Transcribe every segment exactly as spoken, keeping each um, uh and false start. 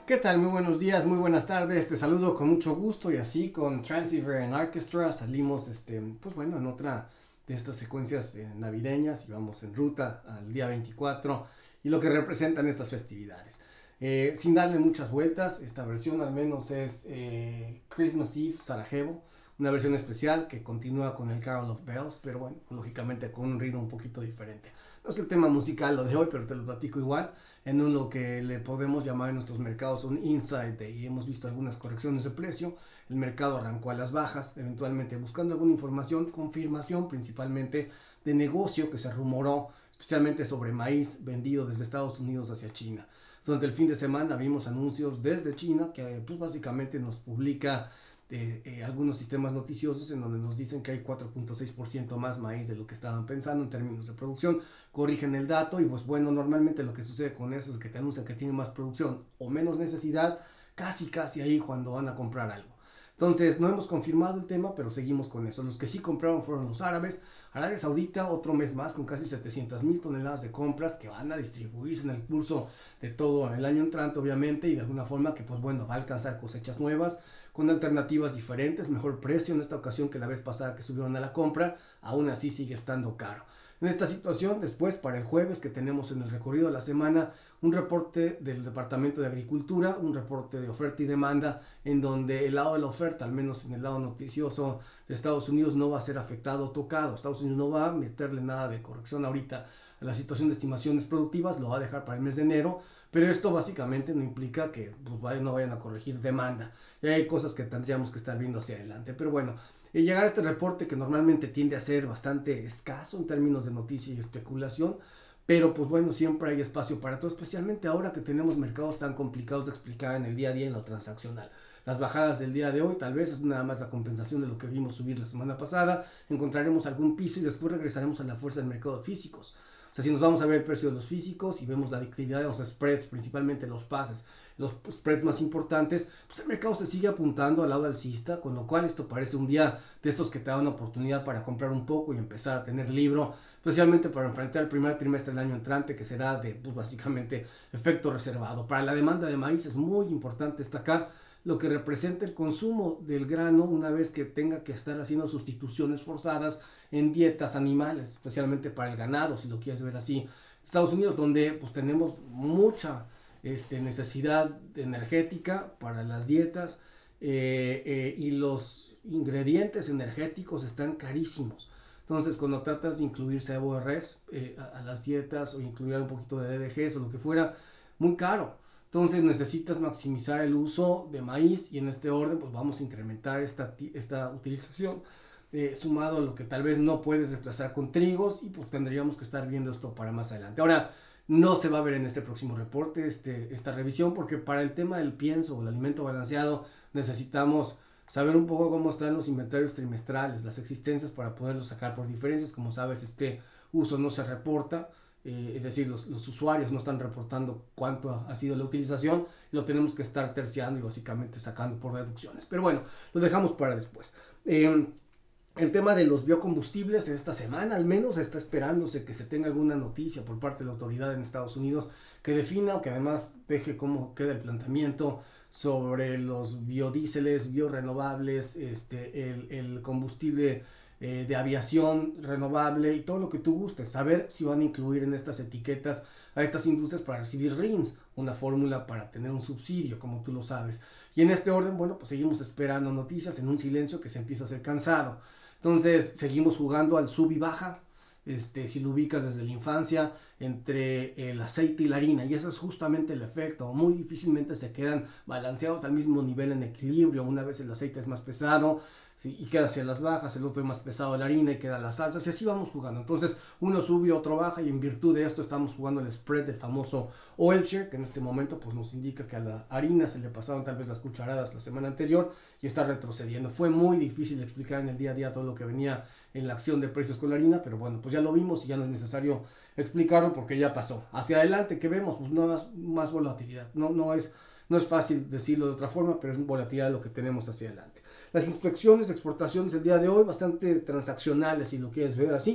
¿Qué tal? Muy buenos días, muy buenas tardes. Te saludo con mucho gusto y así con Trans-Siberian Orchestra salimos, este, pues bueno, en otra de estas secuencias eh, navideñas y vamos en ruta al día veinticuatro y lo que representan estas festividades. Eh, sin darle muchas vueltas, esta versión al menos es eh, Christmas Eve Sarajevo, una versión especial que continúa con el Carol of Bells, pero bueno, lógicamente con un ritmo un poquito diferente. No es el tema musical lo de hoy, pero te lo platico igual en un, lo que le podemos llamar en nuestros mercados un inside day. Hemos visto algunas correcciones de precio, el mercado arrancó a las bajas, eventualmente buscando alguna información, confirmación principalmente de negocio que se rumoró, especialmente sobre maíz vendido desde Estados Unidos hacia China. Durante el fin de semana vimos anuncios desde China que pues, básicamente nos publica de eh, algunos sistemas noticiosos en donde nos dicen que hay cuatro punto seis por ciento más maíz de lo que estaban pensando en términos de producción, corrigen el dato y pues bueno, normalmente lo que sucede con eso es que te anuncian que tienen más producción o menos necesidad, casi casi ahí cuando van a comprar algo. Entonces, no hemos confirmado el tema, pero seguimos con eso. Los que sí compraron fueron los árabes. Arabia Saudita, otro mes más, con casi setecientas mil toneladas de compras que van a distribuirse en el curso de todo el año entrante, obviamente, y de alguna forma que, pues bueno, va a alcanzar cosechas nuevas, con alternativas diferentes, mejor precio en esta ocasión que la vez pasada que subieron a la compra, aún así sigue estando caro. En esta situación, después para el jueves que tenemos en el recorrido de la semana, un reporte del Departamento de Agricultura, un reporte de oferta y demanda, en donde el lado de la oferta, al menos en el lado noticioso de Estados Unidos, no va a ser afectado o tocado. Estados Unidos no va a meterle nada de corrección ahorita a la situación de estimaciones productivas, lo va a dejar para el mes de enero, pero esto básicamente no implica que pues, no vayan a corregir demanda. Y hay cosas que tendríamos que estar viendo hacia adelante. Pero bueno, y llegar a este reporte que normalmente tiende a ser bastante escaso en términos de noticia y especulación, pero pues bueno, siempre hay espacio para todo, especialmente ahora que tenemos mercados tan complicados de explicar en el día a día en lo transaccional. Las bajadas del día de hoy tal vez es nada más la compensación de lo que vimos subir la semana pasada, encontraremos algún piso y después regresaremos a la fuerza del mercado de físicos. O sea, si nos vamos a ver el precio de los físicos y vemos la actividad de los spreads, principalmente los pases, los spreads más importantes, pues el mercado se sigue apuntando al lado alcista, con lo cual esto parece un día de esos que te da una oportunidad para comprar un poco y empezar a tener libro, especialmente para enfrentar el primer trimestre del año entrante, que será de, pues básicamente, efecto reservado. Para la demanda de maíz es muy importante destacar lo que representa el consumo del grano una vez que tenga que estar haciendo sustituciones forzadas en dietas animales, especialmente para el ganado, si lo quieres ver así. Estados Unidos, donde pues tenemos mucha este, necesidad energética para las dietas eh, eh, y los ingredientes energéticos están carísimos. Entonces, cuando tratas de incluir cebo de res eh, a, a las dietas o incluir un poquito de D D Gs o lo que fuera, muy caro. Entonces necesitas maximizar el uso de maíz y en este orden pues vamos a incrementar esta, esta utilización eh, sumado a lo que tal vez no puedes desplazar con trigos y pues tendríamos que estar viendo esto para más adelante. Ahora, no se va a ver en este próximo reporte este, esta revisión porque para el tema del pienso o el alimento balanceado necesitamos saber un poco cómo están los inventarios trimestrales, las existencias para poderlos sacar por diferencias. Como sabes, este uso no se reporta. Eh, es decir, los, los, usuarios no están reportando cuánto ha, ha sido la utilización, lo tenemos que estar terciando y básicamente sacando por deducciones. Pero bueno, lo dejamos para después. Eh, el tema de los biocombustibles, esta semana al menos está esperándose que se tenga alguna noticia por parte de la autoridad en Estados Unidos que defina o que además deje cómo queda el planteamiento sobre los biodíseles, biorenovables, este, el, el combustible eh, de aviación renovable y todo lo que tú gustes, saber si van a incluir en estas etiquetas a estas industrias para recibir R I Ns, una fórmula para tener un subsidio, como tú lo sabes. Y en este orden, bueno, pues seguimos esperando noticias en un silencio que se empieza a hacer cansado. Entonces, seguimos jugando al sub y baja, este, si lo ubicas desde la infancia, entre el aceite y la harina, y eso es justamente el efecto. Muy difícilmente se quedan balanceados al mismo nivel en equilibrio. Una vez el aceite es más pesado, ¿sí? Y queda hacia las bajas, el otro es más pesado la harina y queda las salsas, y así vamos jugando. Entonces, uno sube, otro baja, y en virtud de esto estamos jugando el spread del famoso oil share, que en este momento pues, nos indica que a la harina se le pasaron tal vez las cucharadas la semana anterior y está retrocediendo. Fue muy difícil explicar en el día a día todo lo que venía en la acción de precios con la harina, pero bueno, pues ya lo vimos y ya no es necesario explicarlo porque ya pasó. Hacia adelante, ¿qué vemos? Pues nada más, más volatilidad. No, no, es, no es fácil decirlo de otra forma, pero es volatilidad lo que tenemos hacia adelante. Las inspecciones de exportaciones el día de hoy, bastante transaccionales, si lo quieres ver así,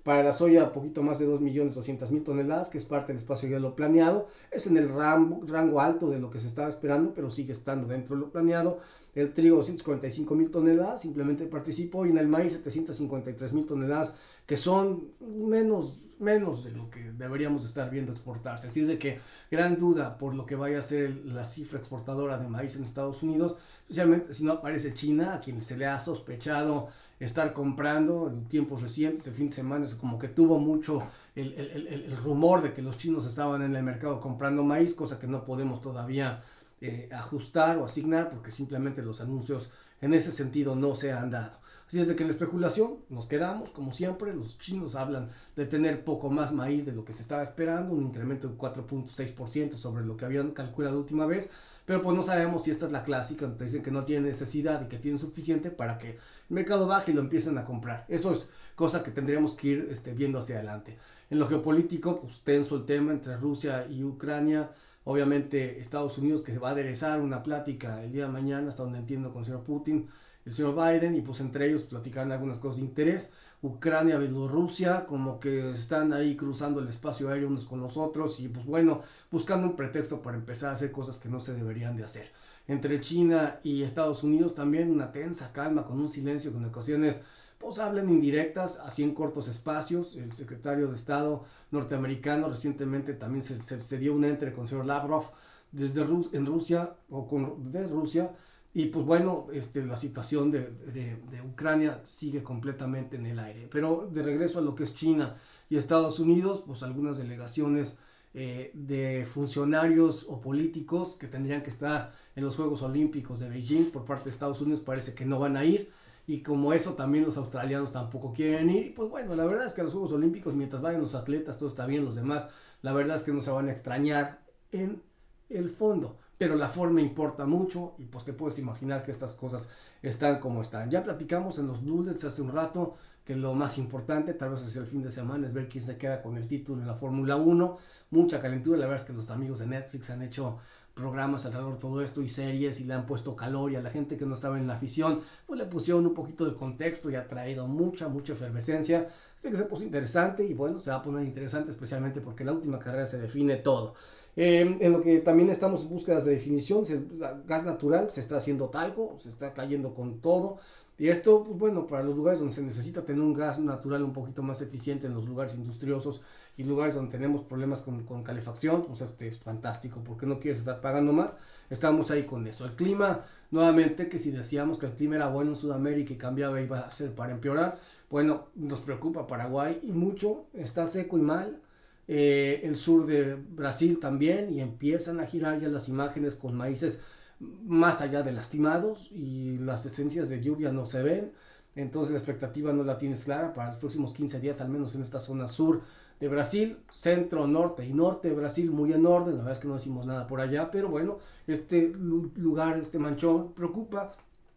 Para la soya, poquito más de dos millones doscientas mil toneladas, que es parte del espacio ya lo planeado. Es en el rango, rango alto de lo que se estaba esperando, pero sigue estando dentro de lo planeado. El trigo, doscientas cuarenta y cinco mil toneladas, simplemente participó. Y en el maíz, setecientas cincuenta y tres mil toneladas, que son menos, menos de lo que deberíamos estar viendo exportarse. Así es de que gran duda por lo que vaya a ser la cifra exportadora de maíz en Estados Unidos, especialmente si no aparece China, a quien se le ha sospechado estar comprando en tiempos recientes. El fin de semana es como que tuvo mucho el, el, el, el rumor de que los chinos estaban en el mercado comprando maíz, cosa que no podemos todavía eh, ajustar o asignar porque simplemente los anuncios en ese sentido no se han dado. Así es de que en la especulación nos quedamos, como siempre. Los chinos hablan de tener poco más maíz de lo que se estaba esperando, un incremento de cuatro punto seis por ciento sobre lo que habían calculado la última vez, pero pues no sabemos si esta es la clásica, donde dicen que no tienen necesidad y que tienen suficiente para que el mercado baje y lo empiecen a comprar. Eso es cosa que tendríamos que ir este, viendo hacia adelante. En lo geopolítico, pues tenso el tema entre Rusia y Ucrania. Obviamente Estados Unidos, que va a aderezar una plática el día de mañana, hasta donde entiendo, con el señor Putin, el señor Biden, y pues entre ellos platicarán algunas cosas de interés. Ucrania, Bielorrusia, como que están ahí cruzando el espacio aéreo unos con los otros y pues bueno, buscando un pretexto para empezar a hacer cosas que no se deberían de hacer. Entre China y Estados Unidos también una tensa calma, con un silencio que en ocasiones pues hablan indirectas, así en cortos espacios. El secretario de Estado norteamericano recientemente también se, se, se dio un entre con el señor Lavrov desde Rus en Rusia, o con, de Rusia. Y pues bueno, este, la situación de, de, de Ucrania sigue completamente en el aire. Pero de regreso a lo que es China y Estados Unidos, pues algunas delegaciones eh, de funcionarios o políticos que tendrían que estar en los Juegos Olímpicos de Beijing por parte de Estados Unidos parece que no van a ir. Y como eso también los australianos tampoco quieren ir. Y pues bueno, la verdad es que a los Juegos Olímpicos, mientras vayan los atletas, todo está bien. Los demás, la verdad es que no se van a extrañar en el fondo, pero la forma importa mucho y pues te puedes imaginar que estas cosas están como están. Ya platicamos en los Nuggets hace un rato que lo más importante, tal vez hacia el fin de semana, es ver quién se queda con el título en la Fórmula uno. Mucha calentura, la verdad es que los amigos de Netflix han hecho programas alrededor de todo esto y series y le han puesto calor, y a la gente que no estaba en la afición pues le pusieron un poquito de contexto y ha traído mucha, mucha efervescencia. Así que se puso interesante y bueno, se va a poner interesante especialmente porque en la última carrera se define todo. Eh, en lo que también estamos en búsquedas de definición, el gas natural se está haciendo talco, se está cayendo con todo. Y esto, pues bueno, para los lugares donde se necesita tener un gas natural un poquito más eficiente, en los lugares industriosos y lugares donde tenemos problemas con, con calefacción, pues este es fantástico, porque no quieres estar pagando más. Estamos ahí con eso. El clima, nuevamente, que si decíamos que el clima era bueno en Sudamérica y cambiaba, iba a ser para empeorar. Bueno, nos preocupa Paraguay y mucho, está seco y mal. Eh, el sur de Brasil también, y empiezan a girar ya las imágenes con maíces más allá de lastimados y las esencias de lluvia no se ven. Entonces la expectativa no la tienes clara para los próximos quince días, al menos en esta zona sur de Brasil, centro, norte y norte de Brasil, muy en orden. La verdad es que no decimos nada por allá, pero bueno, este lugar, este manchón preocupa,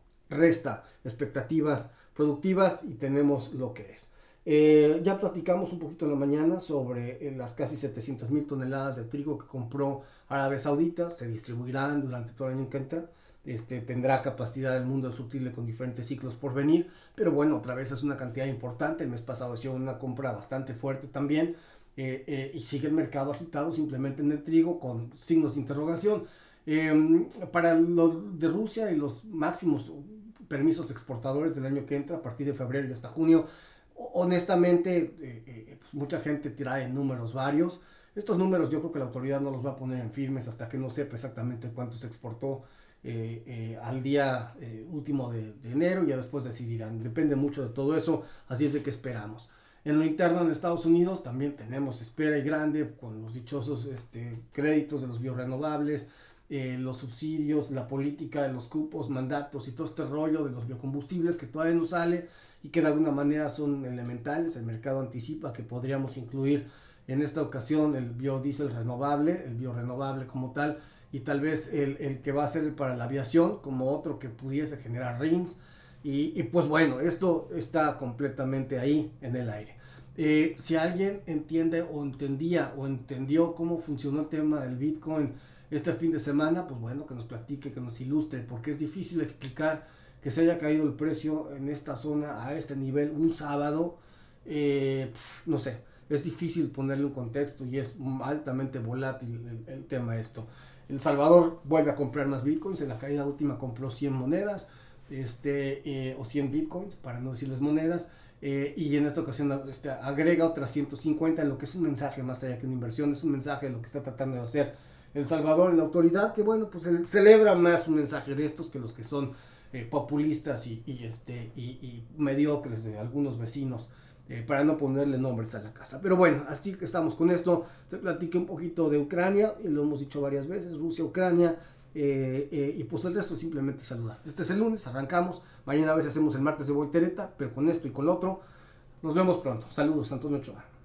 resta expectativas productivas y tenemos lo que es. Eh, ya platicamos un poquito en la mañana sobre eh, las casi setecientas mil toneladas de trigo que compró Arabia Saudita. Se distribuirán durante todo el año que entra. Este, tendrá capacidad el mundo de surtirle con diferentes ciclos por venir, pero bueno, otra vez es una cantidad importante. El mes pasado hicieron una compra bastante fuerte también, eh, eh, y sigue el mercado agitado simplemente en el trigo con signos de interrogación. Eh, para lo de Rusia y los máximos permisos exportadores del año que entra, a partir de febrero y hasta junio, honestamente, eh, eh, pues mucha gente trae números varios. Estos números yo creo que la autoridad no los va a poner en firmes hasta que no sepa exactamente cuánto se exportó eh, eh, al día eh, último de, de enero. Ya después decidirán, depende mucho de todo eso, así es de que esperamos. En lo interno en Estados Unidos también tenemos espera y grande con los dichosos este, créditos de los biorrenovables, eh, los subsidios, la política de los cupos, mandatos y todo este rollo de los biocombustibles que todavía no sale y que de alguna manera son elementales. El mercado anticipa que podríamos incluir en esta ocasión el biodiesel renovable, el biorenovable como tal, y tal vez el, el que va a ser para la aviación como otro que pudiese generar R I Ns. Y, y pues bueno, esto está completamente ahí en el aire. Eh, si alguien entiende o entendía o entendió cómo funcionó el tema del Bitcoin este fin de semana, pues bueno, que nos platique, que nos ilustre, porque es difícil explicar que se haya caído el precio en esta zona a este nivel un sábado, eh, no sé, es difícil ponerle un contexto y es altamente volátil el, el tema de esto. El Salvador vuelve a comprar más bitcoins, en la caída última compró cien monedas, este, eh, o cien bitcoins, para no decirles monedas, eh, y en esta ocasión este, agrega otras ciento cincuenta, en lo que es un mensaje más allá que una inversión, es un mensaje de lo que está tratando de hacer El Salvador en la autoridad, que bueno, pues celebra más un mensaje de estos que los que son eh, populistas y, y, este, y, y mediocres de algunos vecinos. Eh, para no ponerle nombres a la casa. Pero bueno, así que estamos con esto. Te platiqué un poquito de Ucrania, y lo hemos dicho varias veces, Rusia, Ucrania, eh, eh, y pues el resto simplemente saludar. Este es el lunes, arrancamos. Mañana a veces hacemos el martes de voltereta, pero con esto y con lo otro. Nos vemos pronto. Saludos, Antonio Ochoa.